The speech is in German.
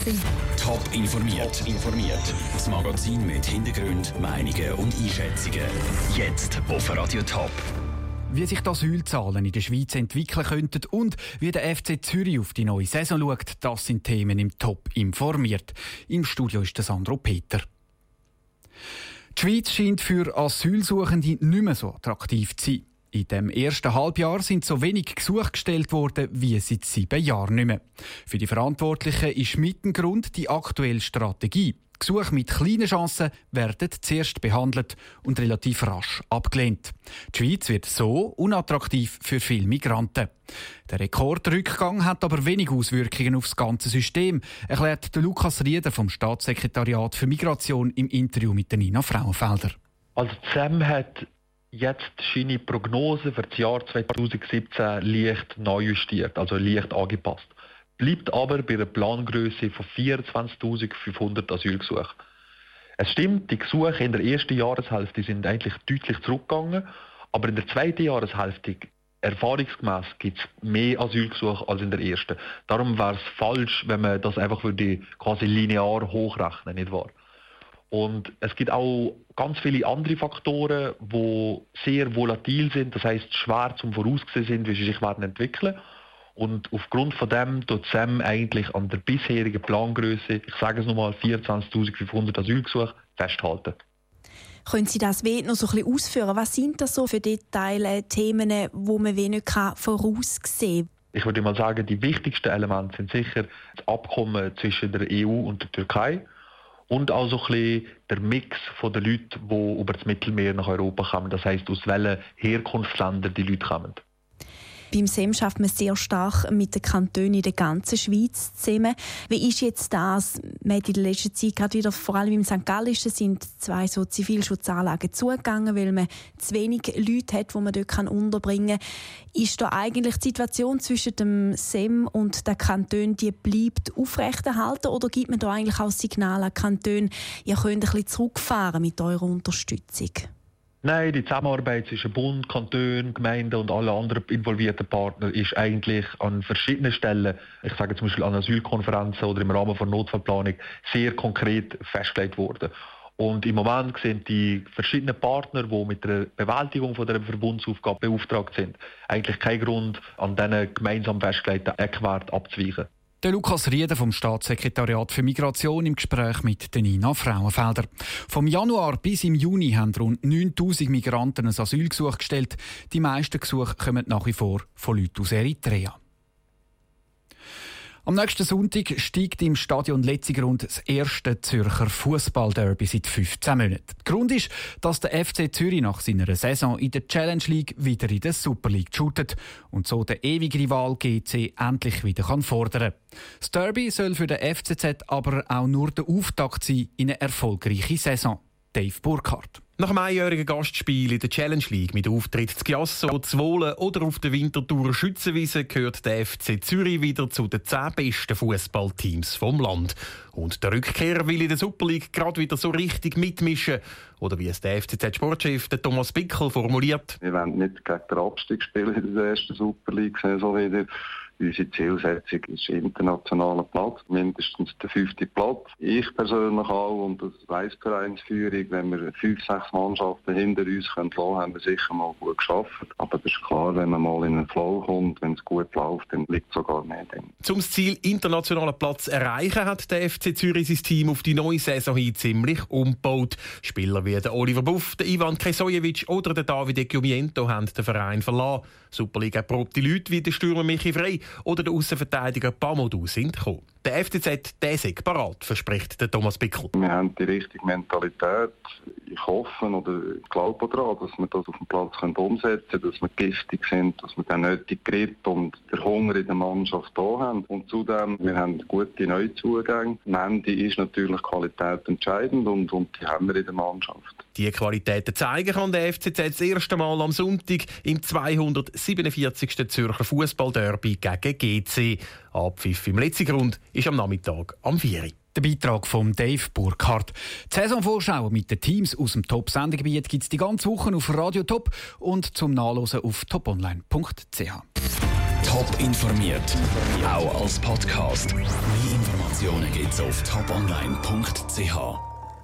Top informiert. Das Magazin mit Hintergrund, Meinungen und Einschätzungen. Jetzt auf Radio Top. Wie sich die Asylzahlen in der Schweiz entwickeln könnten und wie der FC Zürich auf die neue Saison schaut, das sind Themen im Top informiert. Im Studio ist der Sandro Peter. Die Schweiz scheint für Asylsuchende nicht mehr so attraktiv zu sein. In dem ersten Halbjahr sind so wenig Gesuche gestellt worden wie seit 7 Jahren nicht mehr. Für die Verantwortlichen ist mit dem Grund die aktuelle Strategie. Gesuche mit kleinen Chancen werden zuerst behandelt und relativ rasch abgelehnt. Die Schweiz wird so unattraktiv für viele Migranten. Der Rekordrückgang hat aber wenig Auswirkungen auf das ganze System, erklärt Lukas Rieder vom Staatssekretariat für Migration im Interview mit Nina Frauenfelder. Also ZEM hat jetzt seine Prognose für das Jahr 2017 leicht neu justiert, also leicht angepasst. Bleibt aber bei einer Plangröße von 24.500 Asylgesuchen. Es stimmt, die Gesuche in der ersten Jahreshälfte sind eigentlich deutlich zurückgegangen, aber in der zweiten Jahreshälfte erfahrungsgemäss gibt es mehr Asylgesuche als in der ersten. Darum wäre es falsch, wenn man das einfach quasi linear hochrechnen, nicht wahr? Und es gibt auch ganz viele andere Faktoren, die sehr volatil sind, das heisst schwer zum Voraussehen sind, wie sie sich werden entwickeln. Und aufgrund von dem tut SEM eigentlich an der bisherigen Plangröße, ich sage es nochmal, 24.500 Asylgesuche festhalten. Können Sie das noch so ein bisschen ausführen? Was sind das so für Details, Themen, die man wenig voraussehen kann? Ich würde mal sagen, die wichtigsten Elemente sind sicher das Abkommen zwischen der EU und der Türkei. Und auch so ein bisschen der Mix der Leute, die über das Mittelmeer nach Europa kommen. Das heisst, aus welchen Herkunftsländern die Leute kommen. Beim SEM schafft man sehr stark mit den Kantonen in der ganzen Schweiz zusammen. Wie ist jetzt das? Man hat in der letzten Zeit gerade wieder, vor allem im St. Gallischen, sind 2 so Zivilschutzanlagen zugegangen, weil man zu wenig Leute hat, die man dort unterbringen kann. Ist da eigentlich die Situation zwischen dem SEM und den Kantonen, die bleibt aufrechterhalten, oder gibt man da eigentlich auch Signale an die Kantone, ihr könnt ein bisschen zurückfahren mit eurer Unterstützung? Nein, die Zusammenarbeit zwischen Bund, Kantonen, Gemeinden und allen anderen involvierten Partnern ist eigentlich an verschiedenen Stellen, ich sage zum Beispiel an Asylkonferenzen oder im Rahmen von Notfallplanung, sehr konkret festgelegt worden. Und im Moment sind die verschiedenen Partner, die mit der Bewältigung von der Verbundsaufgabe beauftragt sind, eigentlich kein Grund, an diesen gemeinsam festgelegten Eckwerten abzuweichen. Der Lukas Rieder vom Staatssekretariat für Migration im Gespräch mit Nina Frauenfelder. Vom Januar bis im Juni haben rund 9'000 Migranten ein Asylgesuch gestellt. Die meisten Gesuche kommen nach wie vor von Leuten aus Eritrea. Am nächsten Sonntag steigt im Stadion Letzigrund das erste Zürcher Fußballderby seit 15 Monaten. Der Grund ist, dass der FC Zürich nach seiner Saison in der Challenge League wieder in der Super League shootet und so der ewige Rival GC endlich wieder fordern kann. Das Derby soll für den FCZ aber auch nur der Auftakt sein in eine erfolgreiche Saison. Dave Burkhardt. Nach dem einjährigen Gastspiel in der Challenge League mit Auftritt zu Chiasso, zu Wohlen oder auf der Winterthur Schützenwiese gehört der FC Zürich wieder zu den 10 besten Fußballteams vom Land. Und der Rückkehrer will in der Super League gerade wieder so richtig mitmischen. Oder wie es der FCZ-Sportchef Thomas Bickel formuliert. Wir wollen nicht gegen den Abstieg spielen in der ersten Super League-Saison wieder. Unsere Zielsetzung ist internationaler Platz, mindestens der 5. Platz. Ich persönlich auch und das weiss die Vereinsführung, wenn wir 5, 6 Mannschaften hinter uns lassen können, haben wir sicher mal gut geschafft. Aber das ist klar, wenn man mal in einen Flow kommt, wenn es gut läuft, dann liegt sogar mehr drin. Um das Ziel internationalen Platz zu erreichen, hat der FC Zürich sein Team auf die neue Saison hin ziemlich umgebaut. Spieler wie der Oliver Buff, der Ivan Kresojevic oder der Davide Giumiento haben den Verein verlassen. Superliga erprobte Leute wie der Stürmer Michi Frey oder der Aussenverteidiger Pamodou sind gekommen. Der FCZ, der sei parat, verspricht der Thomas Bickel. Wir haben die richtige Mentalität. Ich hoffe oder glaube daran, dass wir das auf dem Platz umsetzen können, dass wir giftig sind, dass wir den nötigen Grip und den Hunger in der Mannschaft da haben. Und zudem, wir haben gute Neuzugänge. Am Ende ist natürlich Qualität entscheidend und die haben wir in der Mannschaft. Die Qualitäten zeigen kann der FCZ das erste Mal am Sonntag im 247. Zürcher Fußballderby gegen GC. Abpfiff im Letzigrund ist am Nachmittag am 4 Uhr. Der Beitrag von Dave Burkhardt. Die Saisonvorschau mit den Teams aus dem Top-Sendegebiet gibt es die ganze Woche auf Radio Top und zum Nachlesen auf toponline.ch. Top informiert, auch als Podcast. Mehr Informationen gibt's auf toponline.ch.